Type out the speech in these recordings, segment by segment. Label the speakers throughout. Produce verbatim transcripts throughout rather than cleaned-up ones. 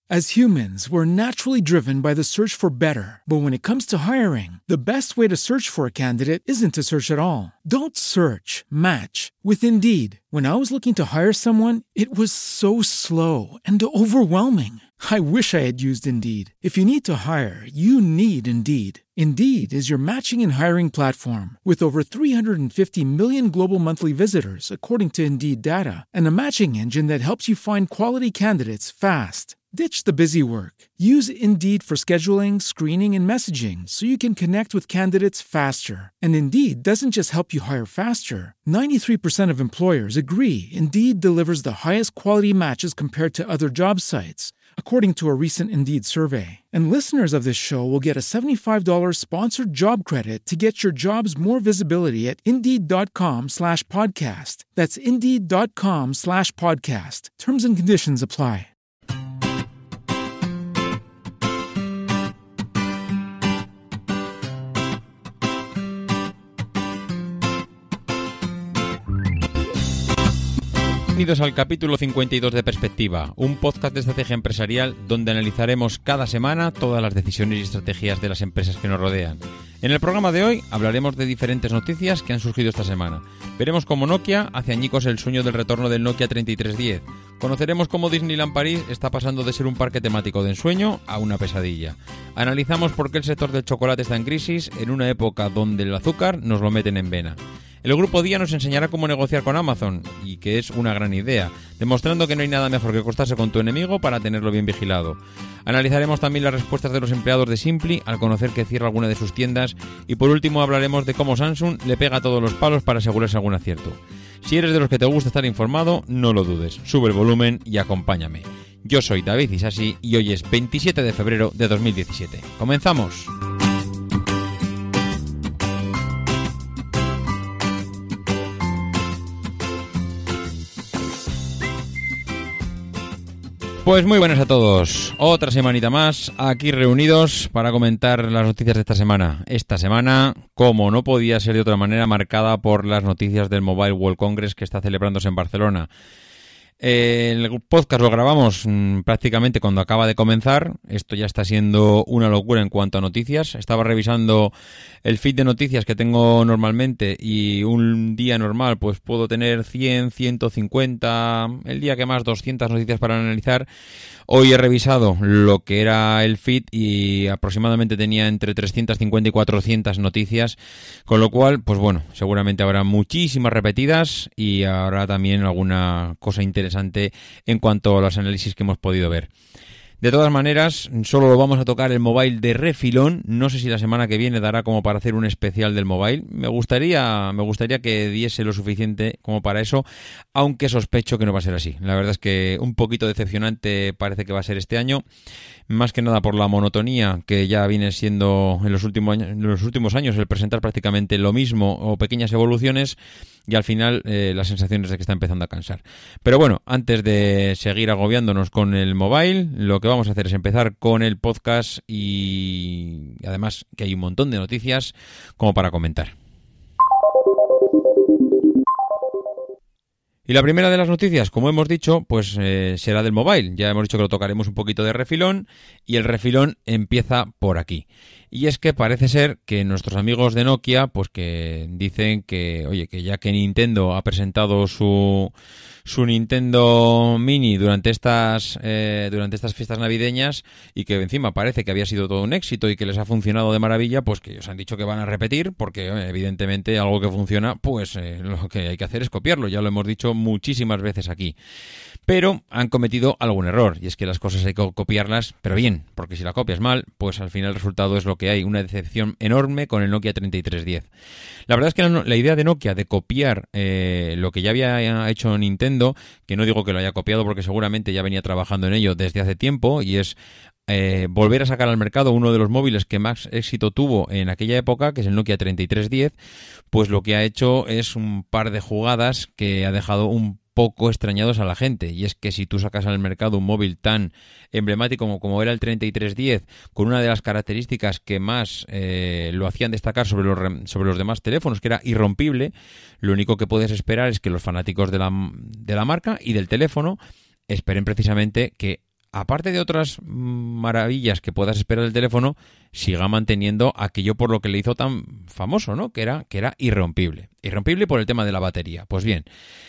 Speaker 1: As humans, we're naturally driven by the search for better. But when it comes to hiring, the best way to search for a candidate isn't to search at all. Don't search, match with Indeed. When I was looking to hire someone, it was so slow and overwhelming. I wish I had used Indeed. If you need to hire, you need Indeed. Indeed is your matching and hiring platform with over three hundred fifty million global monthly visitors, according to Indeed data, and a matching engine that helps you find quality candidates fast. Ditch the busy work. Use Indeed for scheduling, screening, and messaging so you can connect with candidates faster. And Indeed doesn't just help you hire faster. ninety-three percent of employers agree Indeed delivers the highest quality matches compared to other job sites, according to a recent Indeed survey. And listeners of this show will get a seventy-five dollars sponsored job credit to get your jobs more visibility at Indeed.com slash podcast. That's Indeed.com slash podcast. Terms and conditions apply.
Speaker 2: Bienvenidos al capítulo cincuenta y dos de Perspectiva, un podcast de estrategia empresarial donde analizaremos cada semana todas las decisiones y estrategias de las empresas que nos rodean. En el programa de hoy hablaremos de diferentes noticias que han surgido esta semana. Veremos cómo Nokia hace añicos el sueño del retorno del Nokia treinta y tres diez. Conoceremos cómo Disneyland París está pasando de ser un parque temático de ensueño a una pesadilla. Analizamos por qué el sector del chocolate está en crisis en una época donde el azúcar nos lo meten en vena. El Grupo Día nos enseñará cómo negociar con Amazon, y que es una gran idea, demostrando que no hay nada mejor que acostarse con tu enemigo para tenerlo bien vigilado. Analizaremos también las respuestas de los empleados de Simply al conocer que cierra alguna de sus tiendas, y por último hablaremos de cómo Samsung le pega a todos los palos para asegurarse algún acierto. Si eres de los que te gusta estar informado, no lo dudes, sube el volumen y acompáñame. Yo soy David Isasi y hoy es veintisiete de febrero de dos mil diecisiete. ¡Comenzamos! Pues muy buenas a todos, otra semanita más aquí reunidos para comentar las noticias de esta semana. Esta semana, como no podía ser de otra manera, marcada por las noticias del Mobile World Congress que está celebrándose en Barcelona. Eh, el podcast lo grabamos mmm, prácticamente cuando acaba de comenzar. Esto ya está siendo una locura en cuanto a noticias. Estaba revisando el feed de noticias que tengo normalmente y un día normal pues puedo tener cien, ciento cincuenta, el día que más doscientas noticias para analizar. Hoy he revisado lo que era el feed y aproximadamente tenía entre trescientas cincuenta y cuatrocientas noticias, con lo cual, pues bueno, seguramente habrá muchísimas repetidas y habrá también alguna cosa interesante en cuanto a los análisis que hemos podido ver. De todas maneras, solo lo vamos a tocar el mobile de refilón. No sé si la semana que viene dará como para hacer un especial del mobile. Me gustaría, me gustaría que diese lo suficiente como para eso, aunque sospecho que no va a ser así. La verdad es que un poquito decepcionante parece que va a ser este año, más que nada por la monotonía que ya viene siendo en los últimos años, en los últimos años el presentar prácticamente lo mismo o pequeñas evoluciones. Y al final eh, la sensación es de que está empezando a cansar. Pero bueno, antes de seguir agobiándonos con el mobile, lo que vamos a hacer es empezar con el podcast y además que hay un montón de noticias como para comentar. Y la primera de las noticias, como hemos dicho, pues eh, será del mobile. Ya hemos dicho que lo tocaremos un poquito de refilón y el refilón empieza por aquí. Y es que parece ser que nuestros amigos de Nokia, pues que dicen que, oye, que ya que Nintendo ha presentado su su Nintendo Mini durante estas eh, durante estas fiestas navideñas y que encima parece que había sido todo un éxito y que les ha funcionado de maravilla, pues que ellos han dicho que van a repetir porque eh, evidentemente algo que funciona, pues eh, lo que hay que hacer es copiarlo. Ya lo hemos dicho muchísimas veces aquí. Pero han cometido algún error, y es que las cosas hay que copiarlas, pero bien, porque si la copias mal, pues al final el resultado es lo que hay, una decepción enorme con el Nokia treinta y tres diez. La verdad es que la, la idea de Nokia de copiar eh, lo que ya había hecho Nintendo, que no digo que lo haya copiado porque seguramente ya venía trabajando en ello desde hace tiempo, y es eh, volver a sacar al mercado uno de los móviles que más éxito tuvo en aquella época, que es el Nokia treinta y tres diez, pues lo que ha hecho es un par de jugadas que ha dejado un poco extrañados a la gente, y es que si tú sacas al mercado un móvil tan emblemático como, como era el treinta y tres diez, con una de las características que más eh, lo hacían destacar sobre los, sobre los demás teléfonos, que era irrompible, lo único que puedes esperar es que los fanáticos de la, de la marca y del teléfono esperen precisamente que aparte de otras maravillas que puedas esperar del teléfono, siga manteniendo aquello por lo que le hizo tan famoso, ¿no? Que era, que era irrompible. Irrompible por el tema de la batería. Pues bien,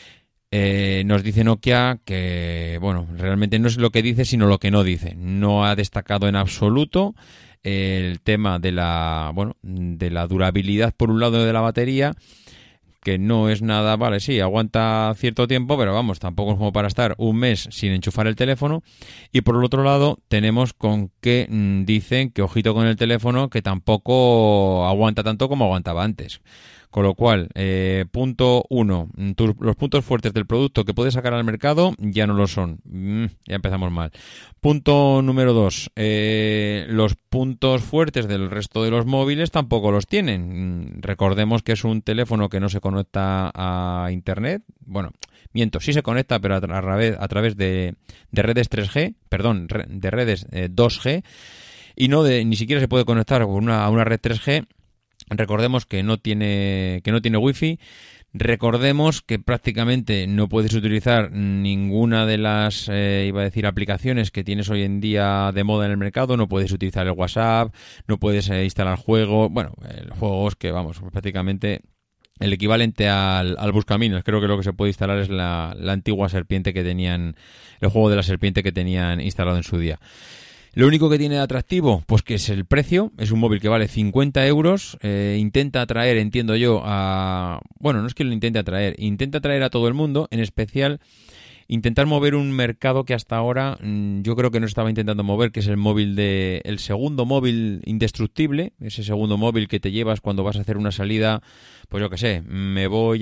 Speaker 2: eh, nos dice Nokia que, bueno, realmente no es lo que dice, sino lo que no dice. No ha destacado en absoluto el tema de la, bueno, de la durabilidad por un lado de la batería, que no es nada, vale, sí, aguanta cierto tiempo, pero vamos, tampoco es como para estar un mes sin enchufar el teléfono. Y por el otro lado tenemos con que mmm, dicen que ojito con el teléfono, que tampoco aguanta tanto como aguantaba antes. Con lo cual, eh, punto uno, tus, los puntos fuertes del producto que puedes sacar al mercado ya no lo son. Mm, ya empezamos mal. Punto número dos, eh, los puntos fuertes del resto de los móviles tampoco los tienen. Mm, recordemos que es un teléfono que no se conecta a Internet. Bueno, miento, sí se conecta, pero a, tra- a, través, a través de, de redes tres G, perdón, re, de redes eh, dos G, y no de, ni siquiera se puede conectar con una, a una red tres G. Recordemos que no tiene que no tiene wifi. Recordemos que prácticamente no puedes utilizar ninguna de las, eh, iba a decir, aplicaciones que tienes hoy en día de moda en el mercado. No puedes utilizar el WhatsApp, no puedes eh, instalar juegos. Bueno, eh, juegos que, vamos, prácticamente el equivalente al, al Buscaminos. Creo que lo que se puede instalar es la, la antigua serpiente que tenían, el juego de la serpiente que tenían instalado en su día. Lo único que tiene de atractivo, pues que es el precio. Es un móvil que vale cincuenta euros. Eh, intenta atraer, entiendo yo, a... Bueno, no es que lo intente atraer. Intenta atraer a todo el mundo, en especial intentar mover un mercado que hasta ahora mmm, yo creo que no estaba intentando mover, que es el móvil de... El segundo móvil indestructible. Ese segundo móvil que te llevas cuando vas a hacer una salida... Pues yo qué sé, me voy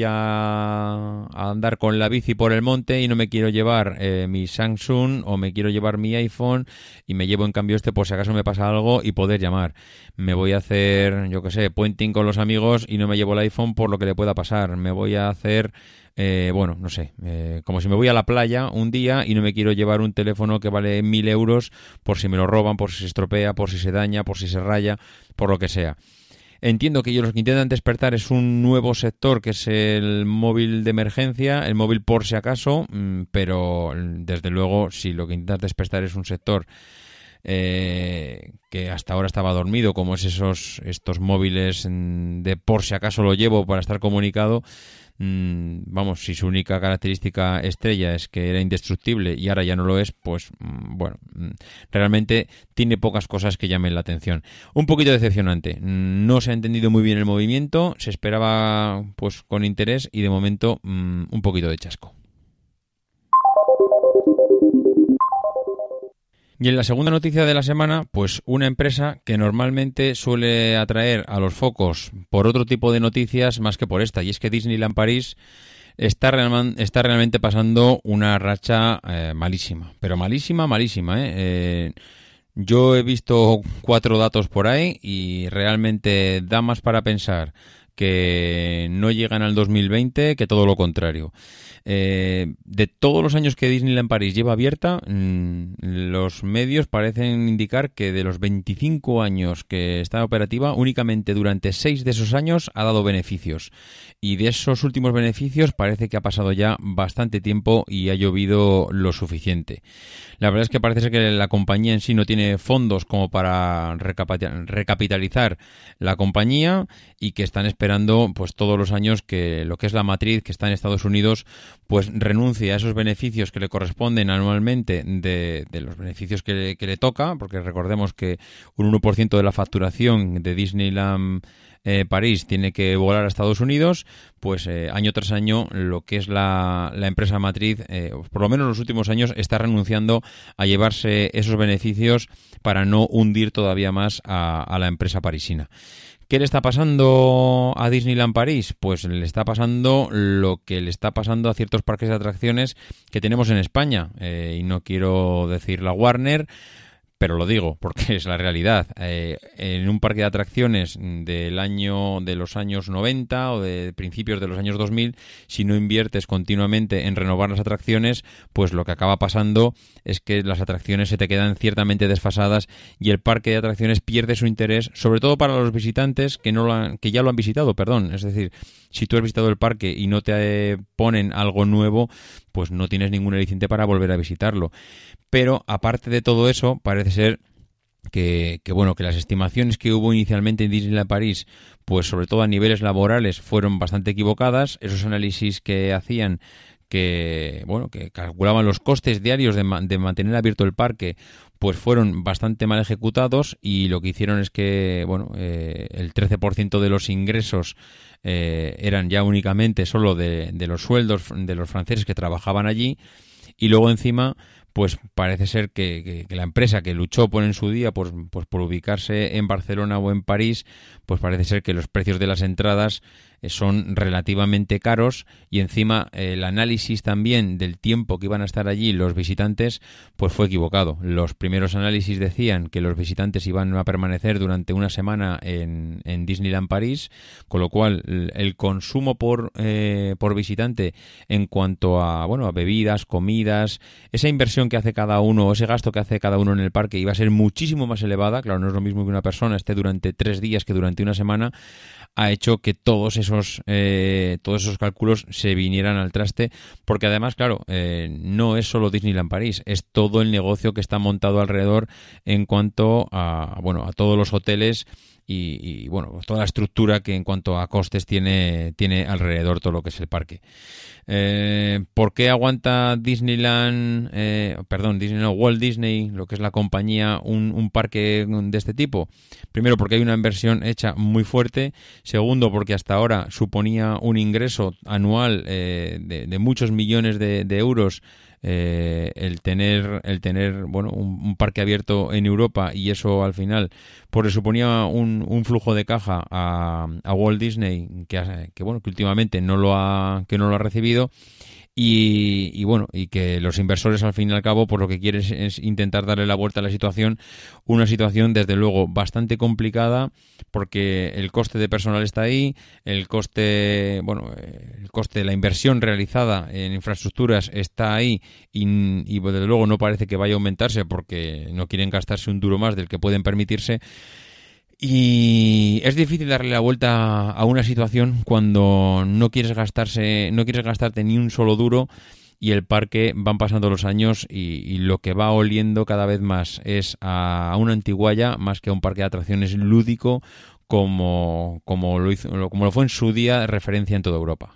Speaker 2: a, a andar con la bici por el monte y no me quiero llevar eh, mi Samsung o me quiero llevar mi iPhone y me llevo en cambio este por si acaso me pasa algo y poder llamar. Me voy a hacer, yo qué sé, puenting con los amigos y no me llevo el iPhone por lo que le pueda pasar. Me voy a hacer... Eh, bueno, no sé, eh, como si me voy a la playa un día y no me quiero llevar un teléfono que vale mil euros por si me lo roban, por si se estropea, por si se daña, por si se raya, por lo que sea. Entiendo que ellos lo que intentan despertar es un nuevo sector que es el móvil de emergencia, el móvil por si acaso, pero desde luego si lo que intentas despertar es un sector eh, que hasta ahora estaba dormido, como es esos estos móviles de por si acaso lo llevo para estar comunicado, vamos, si su única característica estrella es que era indestructible y ahora ya no lo es, pues bueno, realmente tiene pocas cosas que llamen la atención. Un poquito decepcionante, no se ha entendido muy bien el movimiento, se esperaba pues con interés y de momento un poquito de chasco. Y en la segunda noticia de la semana, pues una empresa que normalmente suele atraer a los focos por otro tipo de noticias más que por esta, y es que Disneyland París está, real, está realmente pasando una racha eh, malísima, pero malísima, malísima, ¿eh? Eh, yo he visto cuatro datos por ahí y realmente da más para pensar que no llegan al dos mil veinte que todo lo contrario. Eh, de todos los años que Disneyland París lleva abierta, mmm, los medios parecen indicar que de los veinticinco años que está operativa, únicamente durante seis de esos años ha dado beneficios. Y de esos últimos beneficios parece que ha pasado ya bastante tiempo y ha llovido lo suficiente. La verdad es que parece ser que la compañía en sí no tiene fondos como para recapitalizar la compañía y que están esperando pues todos los años que lo que es la matriz que está en Estados Unidos pues renuncie a esos beneficios que le corresponden anualmente de, de los beneficios que, que le toca, porque recordemos que un uno por ciento de la facturación de Disneyland eh, París tiene que volar a Estados Unidos, pues eh, año tras año lo que es la, la empresa matriz, eh, por lo menos en los últimos años, está renunciando a llevarse esos beneficios para no hundir todavía más a, a la empresa parisina. ¿Qué le está pasando a Disneyland París? Pues le está pasando lo que le está pasando a ciertos parques de atracciones que tenemos en España. Eh, y no quiero decir la Warner, pero lo digo porque es la realidad. Eh, en un parque de atracciones del año de los años noventa o de principios de los años dos mil, si no inviertes continuamente en renovar las atracciones, pues lo que acaba pasando es que las atracciones se te quedan ciertamente desfasadas y el parque de atracciones pierde su interés, sobre todo para los visitantes que no lo han, que ya lo han visitado, perdón. Es decir, si tú has visitado el parque y no te ponen algo nuevo, pues no tienes ningún aliciente para volver a visitarlo. Pero aparte de todo eso, parece ser Que, que bueno, que las estimaciones que hubo inicialmente en Disneyland París, pues sobre todo a niveles laborales, fueron bastante equivocadas. Esos análisis que hacían, que bueno, que calculaban los costes diarios de, ma- de mantener abierto el parque, pues fueron bastante mal ejecutados, y lo que hicieron es que bueno, eh, el trece por ciento de los ingresos eh, eran ya únicamente solo de, de los sueldos de los franceses que trabajaban allí, y luego encima pues parece ser que, que, que la empresa que luchó por en su día pues, pues por ubicarse en Barcelona o en París, pues parece ser que los precios de las entradas eh, son relativamente caros, y encima eh, el análisis también del tiempo que iban a estar allí los visitantes pues fue equivocado. Los primeros análisis decían que los visitantes iban a permanecer durante una semana en, en Disneyland París, con lo cual el, el consumo por, eh, por visitante en cuanto a, bueno, a bebidas, comidas, esa inversión que hace cada uno, ese gasto que hace cada uno en el parque iba a ser muchísimo más elevada. Claro, no es lo mismo que una persona esté durante tres días que durante una semana. Ha hecho que todos esos eh, todos esos cálculos se vinieran al traste, porque además, claro, eh, no es solo Disneyland París, es todo el negocio que está montado alrededor en cuanto a, bueno, a todos los hoteles y, y bueno, toda la estructura que en cuanto a costes tiene, tiene alrededor todo lo que es el parque. Eh, ¿Por qué aguanta Disneyland, eh, perdón, Disney, no, Walt Disney, lo que es la compañía, un, un parque de este tipo? Primero, porque hay una inversión hecha muy fuerte. Segundo, porque hasta ahora suponía un ingreso anual eh, de, de muchos millones de, de euros eh, el tener el tener bueno un, un parque abierto en Europa, y eso al final pues le suponía un, un flujo de caja a, a Walt Disney que, que bueno que últimamente no lo ha que no lo ha recibido. Y, y bueno, y que los inversores al fin y al cabo por lo que quieren es, es intentar darle la vuelta a la situación, una situación desde luego bastante complicada, porque el coste de personal está ahí, el coste, bueno, el coste de la inversión realizada en infraestructuras está ahí, y, y desde luego no parece que vaya a aumentarse, porque no quieren gastarse un duro más del que pueden permitirse. Y es difícil darle la vuelta a una situación cuando no quieres gastarse, no quieres gastarte ni un solo duro, y el parque van pasando los años y, y lo que va oliendo cada vez más es a una antigualla más que a un parque de atracciones lúdico como, como lo hizo, como lo fue en su día referencia en toda Europa.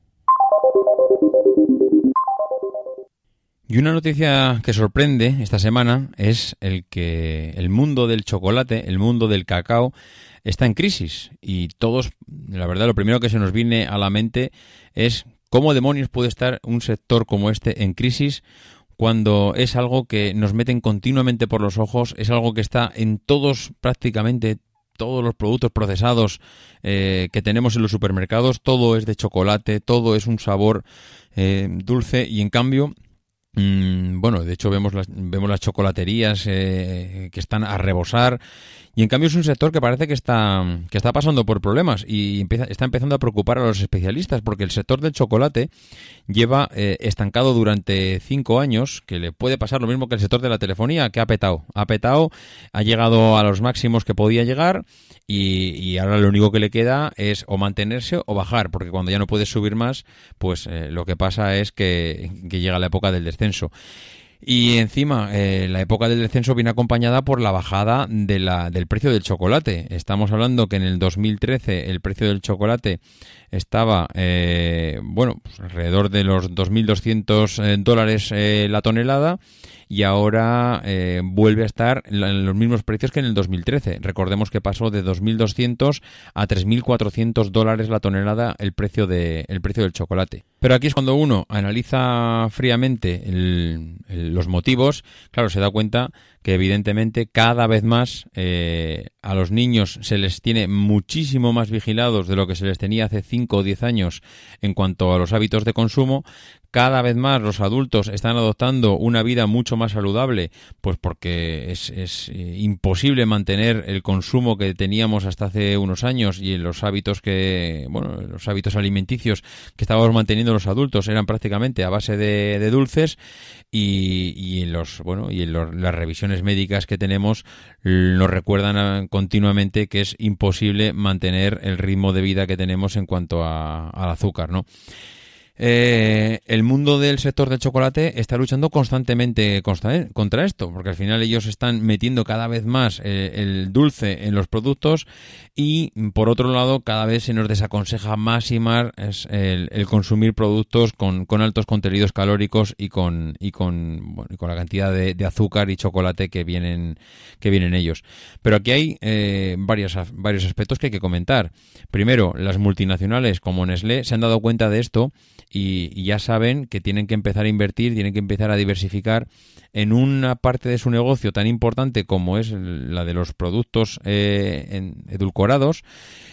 Speaker 2: Y una noticia que sorprende esta semana es el que el mundo del chocolate, el mundo del cacao, está en crisis. Y todos, la verdad, lo primero que se nos viene a la mente es cómo demonios puede estar un sector como este en crisis cuando es algo que nos meten continuamente por los ojos, es algo que está en todos, prácticamente todos los productos procesados eh, que tenemos en los supermercados. Todo es de chocolate, todo es un sabor eh, dulce, y en cambio... Bueno, de hecho vemos las, vemos las chocolaterías eh, que están a rebosar, y en cambio es un sector que parece que está que está pasando por problemas y empieza, está empezando a preocupar a los especialistas, porque el sector del chocolate lleva eh, estancado durante cinco años, que le puede pasar lo mismo que el sector de la telefonía, que ha petado, ha petado, ha llegado a los máximos que podía llegar, y, y ahora lo único que le queda es o mantenerse o bajar, porque cuando ya no puedes subir más, pues eh, lo que pasa es que, que llega la época del descenso. Y encima, eh, la época del descenso viene acompañada por la bajada de la, del precio del chocolate. Estamos hablando que en el dos mil trece el precio del chocolate estaba, eh, bueno, pues alrededor de los dos mil doscientos eh, dólares eh, la tonelada, y ahora eh, vuelve a estar en los mismos precios que en el dos mil trece. Recordemos que pasó de dos mil doscientos a tres mil cuatrocientos dólares la tonelada el precio de el precio del chocolate. Pero aquí es cuando uno analiza fríamente el, el, los motivos. Claro, se da cuenta que evidentemente cada vez más eh, a los niños se les tiene muchísimo más vigilados de lo que se les tenía hace cinco o diez años en cuanto a los hábitos de consumo. Cada vez más los adultos están adoptando una vida mucho más saludable, pues porque es, es imposible mantener el consumo que teníamos hasta hace unos años, y los hábitos que, bueno, los hábitos alimenticios que estábamos manteniendo los adultos eran prácticamente a base de, de dulces, y, y en los, bueno, y en los, las revisiones médicas que tenemos nos recuerdan continuamente que es imposible mantener el ritmo de vida que tenemos en cuanto a, al azúcar, ¿no? Eh, el mundo del sector del chocolate está luchando constantemente contra, contra esto, porque al final ellos están metiendo cada vez más eh, el dulce en los productos y, por otro lado, cada vez se nos desaconseja más y más es el, el consumir productos con, con altos contenidos calóricos y con y con, bueno, y con la cantidad de, de azúcar y chocolate que vienen que vienen ellos. Pero aquí hay eh, varios, varios aspectos que hay que comentar. Primero, las multinacionales como Nestlé se han dado cuenta de esto y, y ya saben que tienen que empezar a invertir, tienen que empezar a diversificar en una parte de su negocio tan importante como es la de los productos eh, en, edulcorados.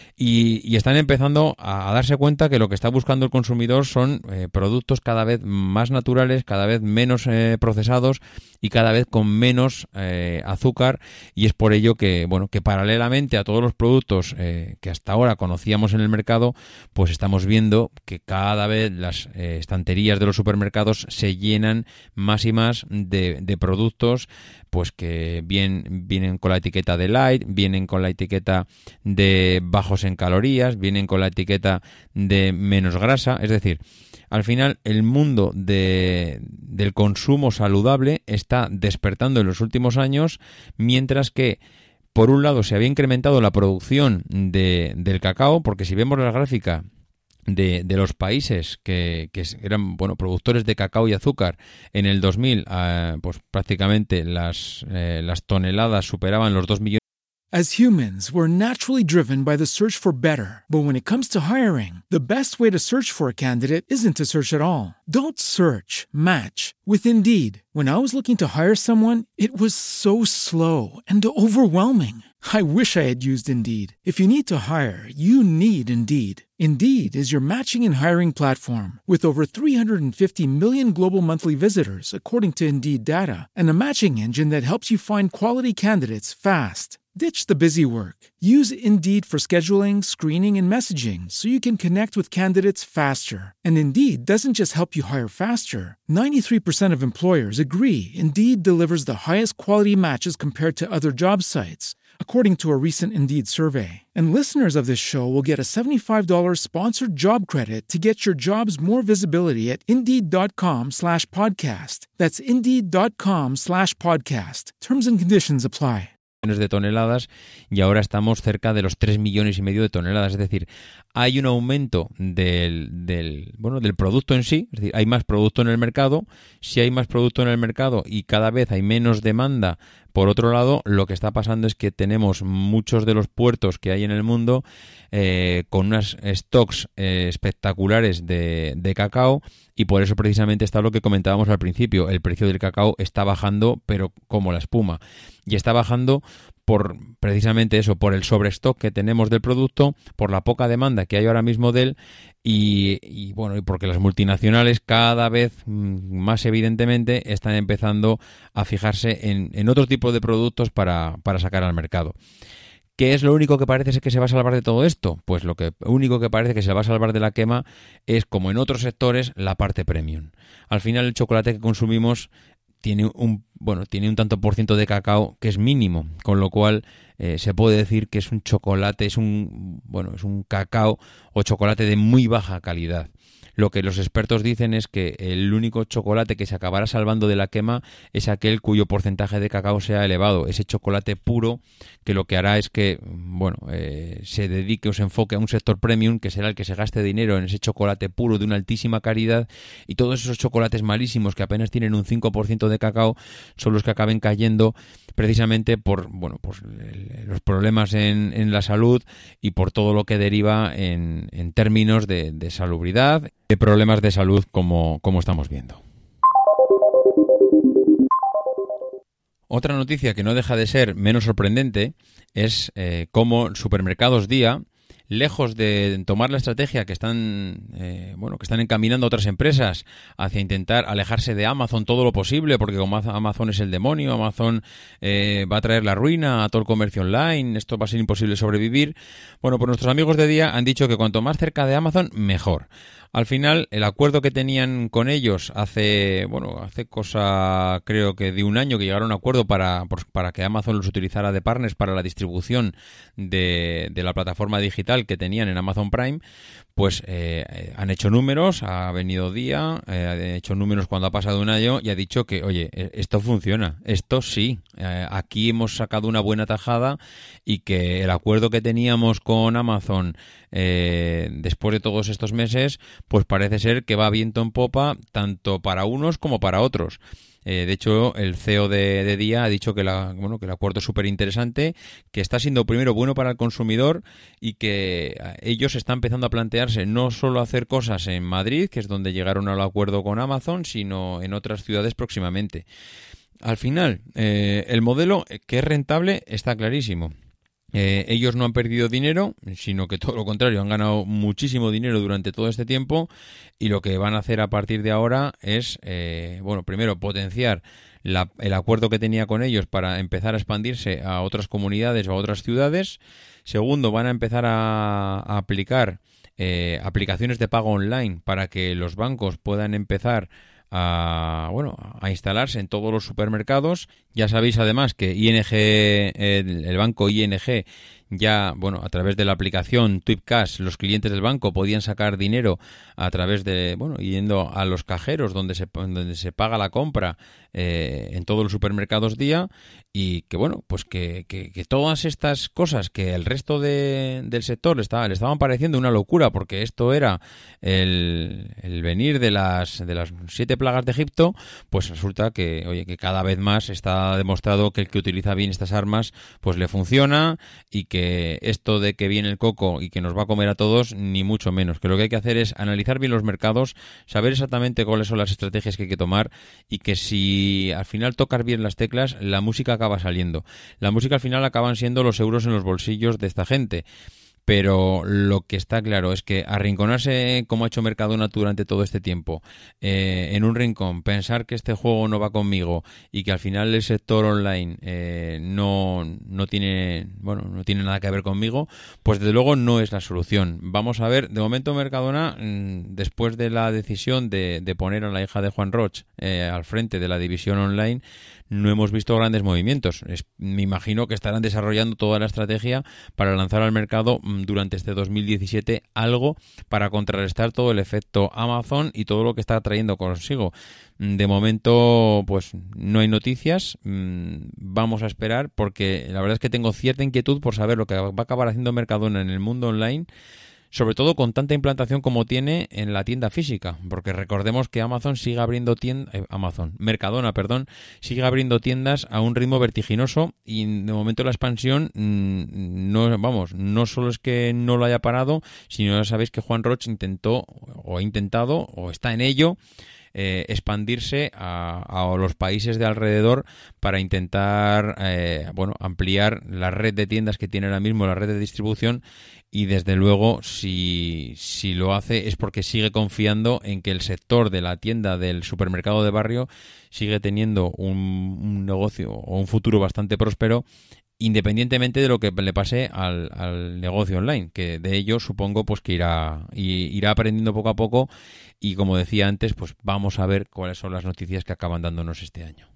Speaker 2: Y, y están empezando a, a darse cuenta que lo que está buscando el consumidor son eh, productos cada vez más naturales, cada vez menos eh, procesados y cada vez con menos eh, azúcar, y es por ello que, bueno, que paralelamente a todos los productos eh, que hasta ahora conocíamos en el mercado, pues estamos viendo que cada vez las eh, estanterías de los supermercados se llenan más y más de, de productos pues que bien, vienen con la etiqueta de light, vienen con la etiqueta de bajos en calorías, vienen con la etiqueta de menos grasa. Es decir, al final el mundo de, del consumo saludable está despertando en los últimos años, mientras que por un lado se había incrementado la producción de, del cacao, porque si vemos la gráfica De, de los países que, que eran bueno productores de cacao y azúcar en el dos mil, eh, pues prácticamente las, eh, las toneladas superaban los dos millones.
Speaker 1: As humans, we're naturally driven by the search for better. But when it comes to hiring, the best way to search for a candidate isn't to search at all. Don't search, match with Indeed. When I was looking to hire someone, it was so slow and overwhelming. I wish I had used Indeed. If you need to hire, you need Indeed. Indeed is your matching and hiring platform with over three hundred fifty million global monthly visitors, according to Indeed data, and a matching engine that helps you find quality candidates fast. Ditch the busy work. Use Indeed for scheduling, screening, and messaging so you can connect with candidates faster. And Indeed doesn't just help you hire faster. ninety-three percent of employers agree Indeed delivers the highest quality matches compared to other job sites, according to a recent Indeed survey. And listeners of this show will get a seventy-five dollars sponsored job credit to get your jobs more visibility at Indeed.com slash podcast. That's Indeed.com slash podcast. Terms and conditions apply.
Speaker 2: De toneladas y ahora estamos cerca de los tres millones y medio de toneladas. Es decir, hay un aumento del, del, bueno, del producto en sí. Es decir, hay más producto en el mercado. Si hay más producto en el mercado y cada vez hay menos demanda, por otro lado, lo que está pasando es que tenemos muchos de los puertos que hay en el mundo eh, con unas stocks eh, espectaculares de, de cacao, y por eso precisamente está lo que comentábamos al principio. El precio del cacao está bajando, pero como la espuma. Y está bajando por precisamente eso, por el sobrestock que tenemos del producto, por la poca demanda que hay ahora mismo de él, y, y bueno, y porque las multinacionales cada vez más evidentemente están empezando a fijarse en, en otro tipo de productos para, para sacar al mercado. ¿Qué es lo único que parece que se va a salvar de todo esto? Pues lo que único que parece que se va a salvar de la quema es, como en otros sectores, la parte premium. Al final el chocolate que consumimos tiene un bueno tiene un tanto por ciento de cacao que es mínimo, con lo cual eh, se puede decir que es un chocolate, es un bueno es un cacao o chocolate de muy baja calidad. Lo que los expertos dicen es que el único chocolate que se acabará salvando de la quema es aquel cuyo porcentaje de cacao sea elevado, ese chocolate puro, que lo que hará es que bueno eh, se dedique o se enfoque a un sector premium, que será el que se gaste dinero en ese chocolate puro de una altísima calidad, y todos esos chocolates malísimos que apenas tienen un cinco por ciento de cacao son los que acaben cayendo precisamente por bueno pues los problemas en, en la salud y por todo lo que deriva en, en términos de, de salubridad, de problemas de salud como, como estamos viendo. Otra noticia que no deja de ser menos sorprendente es eh, cómo Supermercados Día, lejos de tomar la estrategia que están eh, bueno que están encaminando otras empresas hacia intentar alejarse de Amazon todo lo posible, porque como Amazon es el demonio, Amazon eh, va a traer la ruina a todo el comercio online, esto va a ser imposible sobrevivir. Bueno, pues nuestros amigos de Día han dicho que cuanto más cerca de Amazon, mejor. Al final, el acuerdo que tenían con ellos hace, bueno, hace cosa, creo que de un año, que llegaron a un acuerdo para, para que Amazon los utilizara de partners para la distribución de, de la plataforma digital brutal que tenían en Amazon Prime, pues eh, han hecho números, ha venido Día, eh, ha hecho números cuando ha pasado un año y ha dicho que, oye, esto funciona, esto sí, eh, aquí hemos sacado una buena tajada y que el acuerdo que teníamos con Amazon eh, después de todos estos meses, pues parece ser que va viento en popa tanto para unos como para otros. Eh, de hecho, el C E O de, de Día ha dicho que, la, bueno, que el acuerdo es súper interesante, que está siendo primero bueno para el consumidor y que ellos están empezando a plantearse no solo hacer cosas en Madrid, que es donde llegaron al acuerdo con Amazon, sino en otras ciudades próximamente. Al final, eh, el modelo que es rentable está clarísimo. Eh, ellos no han perdido dinero, sino que todo lo contrario, han ganado muchísimo dinero durante todo este tiempo y lo que van a hacer a partir de ahora es, eh, bueno, primero potenciar la, el acuerdo que tenía con ellos para empezar a expandirse a otras comunidades o a otras ciudades. Segundo, van a empezar a, a aplicar eh, aplicaciones de pago online para que los bancos puedan empezar a bueno a instalarse en todos los supermercados. Ya sabéis además que I N G, el, el banco I N G, ya bueno a través de la aplicación Twipcash, los clientes del banco podían sacar dinero a través de bueno yendo a los cajeros donde se donde se paga la compra eh, en todos los supermercados Día, y que bueno pues que, que, que todas estas cosas que el resto de, del sector le, estaba, le estaban pareciendo una locura, porque esto era el, el venir de las de las siete plagas de Egipto, pues resulta que oye que cada vez más está demostrado que el que utiliza bien estas armas pues le funciona, y que esto de que viene el coco y que nos va a comer a todos, ni mucho menos, que lo que hay que hacer es analizar bien los mercados, saber exactamente cuáles son las estrategias que hay que tomar, y que si al final tocas bien las teclas, la música acaba saliendo. La música al final acaban siendo los euros en los bolsillos de esta gente. Pero lo que está claro es que arrinconarse como ha hecho Mercadona durante todo este tiempo, eh, en un rincón, pensar que este juego no va conmigo y que al final el sector online eh, no, no tiene bueno no tiene nada que ver conmigo, pues desde luego no es la solución. Vamos a ver, de momento Mercadona, mmm, después de la decisión de, de poner a la hija de Juan Roch eh, al frente de la división online, no hemos visto grandes movimientos. Es, me imagino que estarán desarrollando toda la estrategia para lanzar al mercado durante este dos mil diecisiete algo para contrarrestar todo el efecto Amazon y todo lo que está trayendo consigo. De momento, pues no hay noticias. Vamos a esperar, porque la verdad es que tengo cierta inquietud por saber lo que va a acabar haciendo Mercadona en el mundo online, sobre todo con tanta implantación como tiene en la tienda física, porque recordemos que Amazon sigue abriendo tiendas, eh, Amazon, Mercadona, perdón, sigue abriendo tiendas a un ritmo vertiginoso, y de momento la expansión mmm, no, vamos, no solo es que no lo haya parado, sino ya sabéis que Juan Roch intentó, o ha intentado, o está en ello, Eh, expandirse a, a los países de alrededor para intentar eh, bueno ampliar la red de tiendas que tiene ahora mismo, la red de distribución, y desde luego si, si lo hace es porque sigue confiando en que el sector de la tienda del supermercado de barrio sigue teniendo un, un negocio o un futuro bastante próspero, independientemente de lo que le pase al, al negocio online, que de ello supongo pues que irá irá aprendiendo poco a poco, y como decía antes, pues vamos a ver cuáles son las noticias que acaban dándonos este año.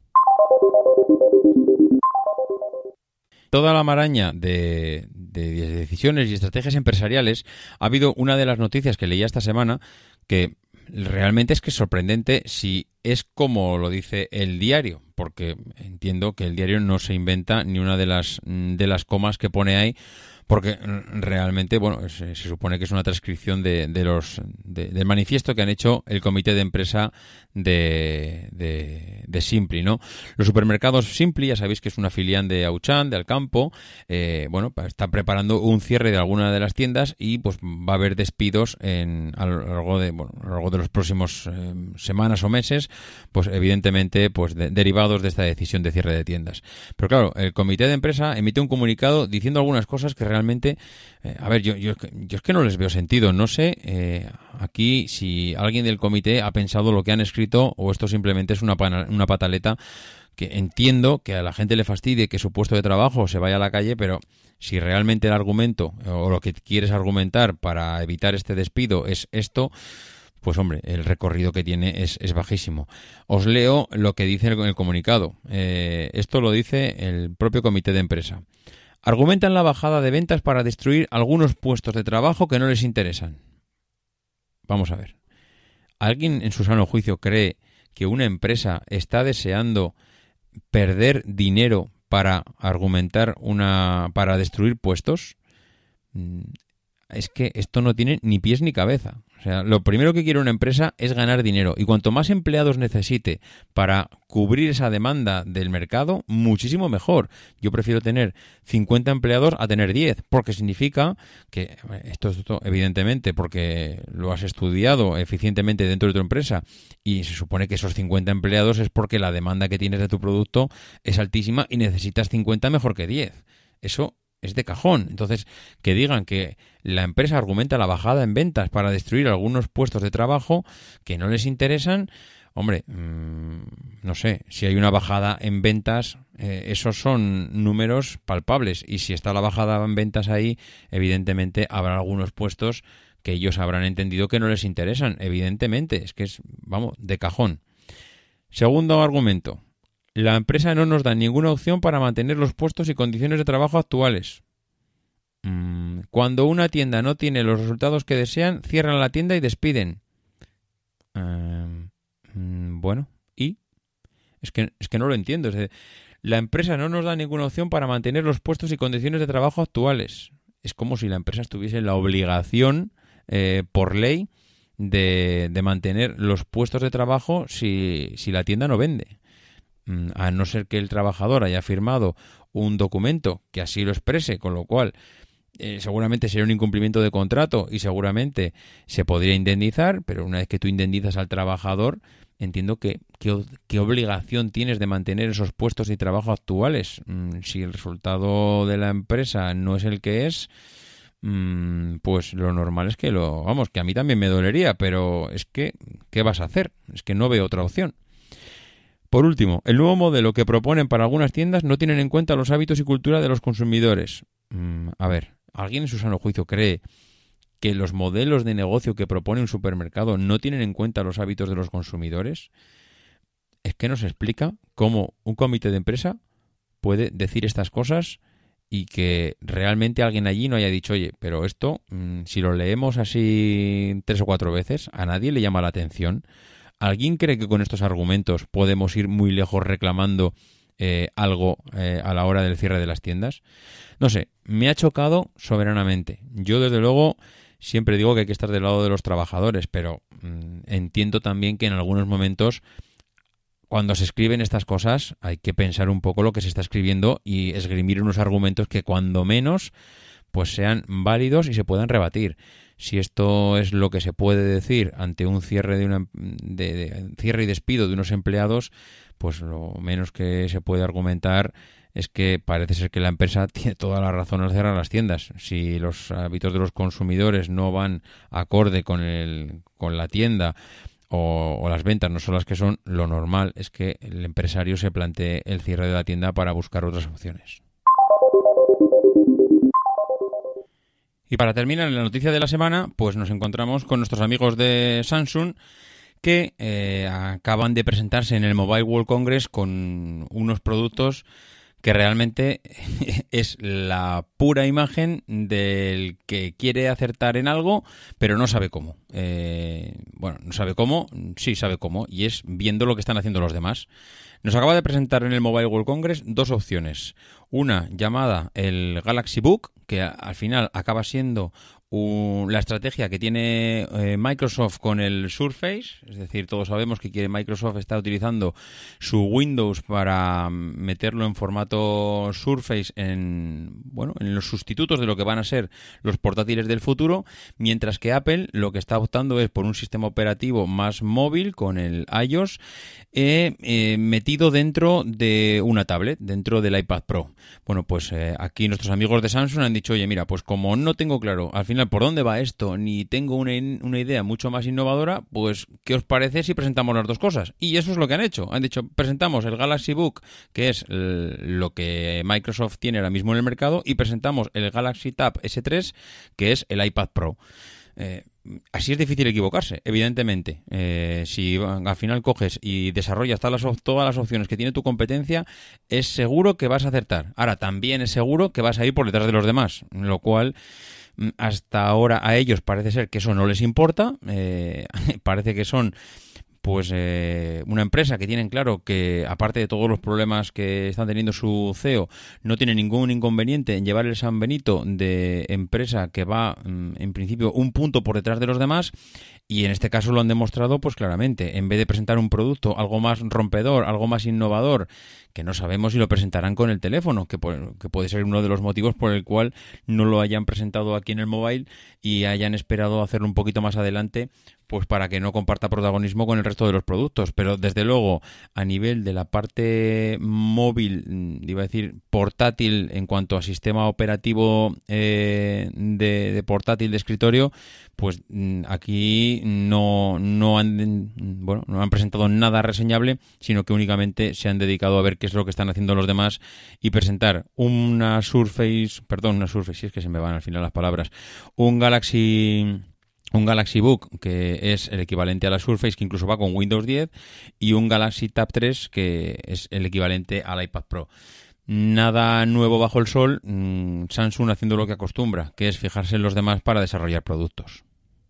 Speaker 2: Toda la maraña de, de decisiones y estrategias empresariales, ha habido una de las noticias que leía esta semana que realmente es que es sorprendente si es como lo dice el diario, porque entiendo que el diario no se inventa ni una de las de las comas que pone ahí, porque realmente, bueno, se, se supone que es una transcripción de, de los de, del manifiesto que han hecho el comité de empresa de, de, de Simply, ¿no? Los supermercados Simply, ya sabéis que es una filial de Auchan, de Alcampo, eh, bueno, están preparando un cierre de alguna de las tiendas, y pues va a haber despidos en, a lo largo de, bueno, a lo largo de los próximos eh, semanas o meses, pues evidentemente pues de, derivados de esta decisión de cierre de tiendas. Pero claro, el comité de empresa emite un comunicado diciendo algunas cosas que realmente Realmente, eh, a ver, yo, yo, yo es que no les veo sentido. No sé eh, aquí si alguien del comité ha pensado lo que han escrito, o esto simplemente es una, pana, una pataleta, que entiendo que a la gente le fastidie que su puesto de trabajo se vaya a la calle, pero si realmente el argumento o lo que quieres argumentar para evitar este despido es esto, pues hombre, el recorrido que tiene es, es bajísimo. Os leo lo que dice el, el comunicado. Eh, esto lo dice el propio comité de empresa. Argumentan la bajada de ventas para destruir algunos puestos de trabajo que no les interesan. Vamos a ver. ¿Alguien en su sano juicio cree que una empresa está deseando perder dinero para argumentar una, para destruir puestos? Es que esto no tiene ni pies ni cabeza. O sea, lo primero que quiere una empresa es ganar dinero, y cuanto más empleados necesite para cubrir esa demanda del mercado, muchísimo mejor. Yo prefiero tener cincuenta empleados a tener diez, porque significa que, esto es evidentemente porque lo has estudiado eficientemente dentro de tu empresa, y se supone que esos cincuenta empleados es porque la demanda que tienes de tu producto es altísima y necesitas cincuenta mejor que diez. Eso es de cajón. Entonces, que digan que la empresa argumenta la bajada en ventas para destruir algunos puestos de trabajo que no les interesan, hombre, mmm, no sé, si hay una bajada en ventas, eh, esos son números palpables, y si está la bajada en ventas ahí, evidentemente habrá algunos puestos que ellos habrán entendido que no les interesan, evidentemente, es que es, vamos, de cajón. Segundo argumento. La empresa no nos da ninguna opción para mantener los puestos y condiciones de trabajo actuales. Cuando una tienda no tiene los resultados que desean, cierran la tienda y despiden. Uh, bueno, ¿y? Es que, es que no lo entiendo. Es decir, la empresa no nos da ninguna opción para mantener los puestos y condiciones de trabajo actuales. Es como si la empresa estuviese en la obligación, eh, por ley, de, de mantener los puestos de trabajo si, si la tienda no vende. A no ser que el trabajador haya firmado un documento que así lo exprese, con lo cual eh, seguramente sería un incumplimiento de contrato y seguramente se podría indemnizar, pero una vez que tú indemnizas al trabajador, entiendo que qué, qué obligación tienes de mantener esos puestos de trabajo actuales. Mm, si el resultado de la empresa no es el que es, mm, pues lo normal es que lo, vamos, que a mí también me dolería, pero es que, ¿qué vas a hacer? Es que no veo otra opción. Por último, el nuevo modelo que proponen para algunas tiendas no tienen en cuenta los hábitos y cultura de los consumidores. Mm, a ver, ¿alguien en su sano juicio cree que los modelos de negocio que propone un supermercado no tienen en cuenta los hábitos de los consumidores? Es que nos explica cómo un comité de empresa puede decir estas cosas y que realmente alguien allí no haya dicho, oye, pero esto, mmm, si lo leemos así tres o cuatro veces, a nadie le llama la atención. ¿Alguien cree que con estos argumentos podemos ir muy lejos reclamando eh, algo eh, a la hora del cierre de las tiendas? No sé, me ha chocado soberanamente. Yo, desde luego, siempre digo que hay que estar del lado de los trabajadores, pero mmm, entiendo también que en algunos momentos, cuando se escriben estas cosas, hay que pensar un poco lo que se está escribiendo y esgrimir unos argumentos que, cuando menos, pues sean válidos y se puedan rebatir. Si esto es lo que se puede decir ante un cierre de una de, de cierre y despido de unos empleados, pues lo menos que se puede argumentar es que parece ser que la empresa tiene toda la razón al cerrar las tiendas. Si los hábitos de los consumidores no van acorde con el con la tienda, o, o las ventas no son las que son, lo normal es que el empresario se plantee el cierre de la tienda para buscar otras opciones. Y para terminar, en la noticia de la semana, pues nos encontramos con nuestros amigos de Samsung, que eh, acaban de presentarse en el Mobile World Congress con unos productos que realmente es la pura imagen del que quiere acertar en algo, pero no sabe cómo. Eh, bueno, no sabe cómo, sí sabe cómo, y es viendo lo que están haciendo los demás. Nos acaba de presentar en el Mobile World Congress dos opciones. Una llamada el Galaxy Book, que al final acaba siendo un, la estrategia que tiene eh, Microsoft con el Surface. Es decir, todos sabemos que quiere Microsoft está utilizando su Windows para meterlo en formato Surface en, bueno, en los sustitutos de lo que van a ser los portátiles del futuro, mientras que Apple lo que está optando es por un sistema operativo más móvil con el iOS eh, eh, metido dentro de una tablet, dentro del iPad Pro. Bueno, pues eh, aquí nuestros amigos de Samsung han dicho, oye, mira, pues como no tengo claro al final por dónde va esto, ni tengo una, una idea mucho más innovadora, pues ¿qué os parece si presentamos las dos cosas? Y eso es lo que han hecho. Han dicho, presentamos el Galaxy Book, que es el, lo que Microsoft tiene ahora mismo en el mercado, y presentamos el Galaxy Tab ese tres, que es el iPad Pro. Eh, así es difícil equivocarse, evidentemente. Eh, si al final coges y desarrollas todas las, todas las opciones que tiene tu competencia, es seguro que vas a acertar. Ahora, también es seguro que vas a ir por detrás de los demás, lo cual hasta ahora a ellos parece ser que eso no les importa. Eh, parece que son pues eh, una empresa que tienen claro que, aparte de todos los problemas que están teniendo su C E O, no tiene ningún inconveniente en llevar el San Benito de empresa que va, en principio, un punto por detrás de los demás, y en este caso lo han demostrado pues claramente. En vez de presentar un producto algo más rompedor, algo más innovador, que no sabemos si lo presentarán con el teléfono, que, que puede ser uno de los motivos por el cual no lo hayan presentado aquí en el mobile y hayan esperado hacerlo un poquito más adelante, pues para que no comparta protagonismo con el resto de los productos. Pero desde luego, a nivel de la parte móvil, iba a decir portátil, en cuanto a sistema operativo eh, de, de portátil de escritorio, pues aquí no, no han bueno, no han presentado nada reseñable, sino que únicamente se han dedicado a ver qué es lo que están haciendo los demás y presentar una Surface, perdón, una Surface, si es que se me van al final las palabras, un Galaxy... un Galaxy Book, que es el equivalente a la Surface, que incluso va con Windows diez, y un Galaxy Tab tres, que es el equivalente al iPad Pro. Nada nuevo bajo el sol, mmm, Samsung haciendo lo que acostumbra, que es fijarse en los demás para desarrollar productos.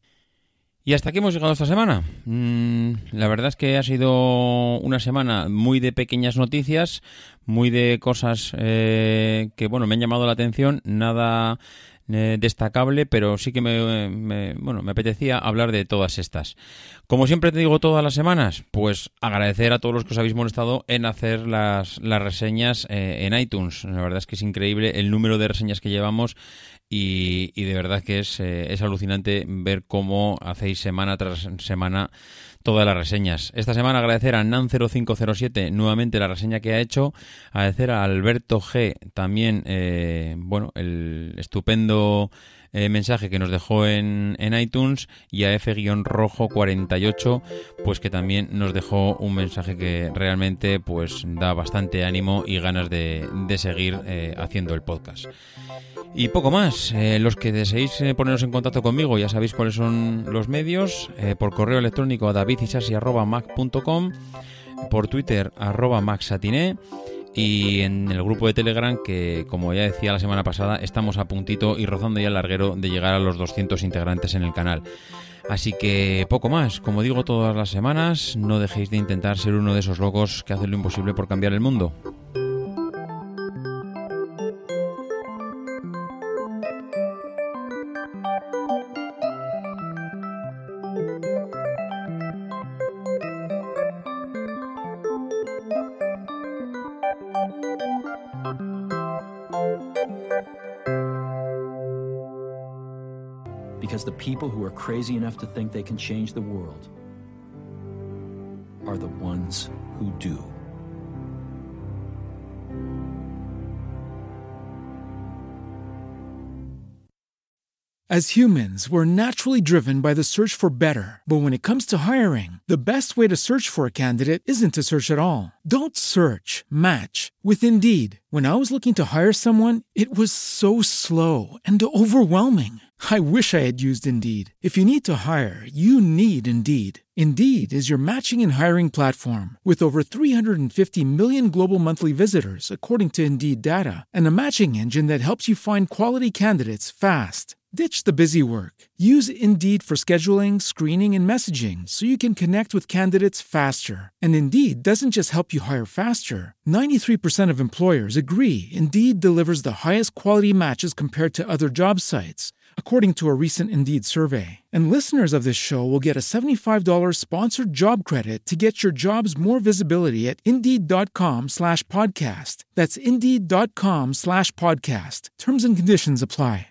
Speaker 2: Y hasta aquí hemos llegado esta semana. Mm, la verdad es que ha sido una semana muy de pequeñas noticias, muy de cosas eh, que bueno me han llamado la atención, nada eh, destacable, pero sí que me, me, bueno, me apetecía hablar de todas estas. Como siempre te digo todas las semanas, pues agradecer a todos los que os habéis molestado en hacer las, las reseñas eh, en iTunes. La verdad es que es increíble el número de reseñas que llevamos. Y, y de verdad que es, eh, es alucinante ver cómo hacéis semana tras semana todas las reseñas. Esta semana agradecer a Nan cero cinco cero siete nuevamente la reseña que ha hecho, agradecer a Alberto G también eh, bueno el estupendo eh, mensaje que nos dejó en, en iTunes, y a F-Rojo cuarenta y ocho pues que también nos dejó un mensaje que realmente pues da bastante ánimo y ganas de, de seguir eh, haciendo el podcast. Y poco más. Eh, los que deseéis eh, poneros en contacto conmigo, ya sabéis cuáles son los medios. Eh, por correo electrónico a davidisasi arroba mac punto com, por Twitter arroba maxatiné, y en el grupo de Telegram, que como ya decía la semana pasada, estamos a puntito y rozando ya el larguero de llegar a los doscientos integrantes en el canal. Así que poco más. Como digo todas las semanas, no dejéis de intentar ser uno de esos locos que hacen lo imposible por cambiar el mundo.
Speaker 3: Because the people who are crazy enough to think they can change the world are the ones who do.
Speaker 1: As humans, we're naturally driven by the search for better. But when it comes to hiring, the best way to search for a candidate isn't to search at all. Don't search, match with Indeed. When I was looking to hire someone, it was so slow and overwhelming. I wish I had used Indeed. If you need to hire, you need Indeed. Indeed is your matching and hiring platform with over three hundred fifty million global monthly visitors, according to Indeed data, and a matching engine that helps you find quality candidates fast. Ditch the busy work. Use Indeed for scheduling, screening, and messaging so you can connect with candidates faster. And Indeed doesn't just help you hire faster. ninety-three percent of employers agree Indeed delivers the highest quality matches compared to other job sites, according to a recent Indeed survey. And listeners of this show will get a seventy-five dollars sponsored job credit to get your jobs more visibility at Indeed.com slash podcast. That's Indeed.com slash podcast. Terms and conditions apply.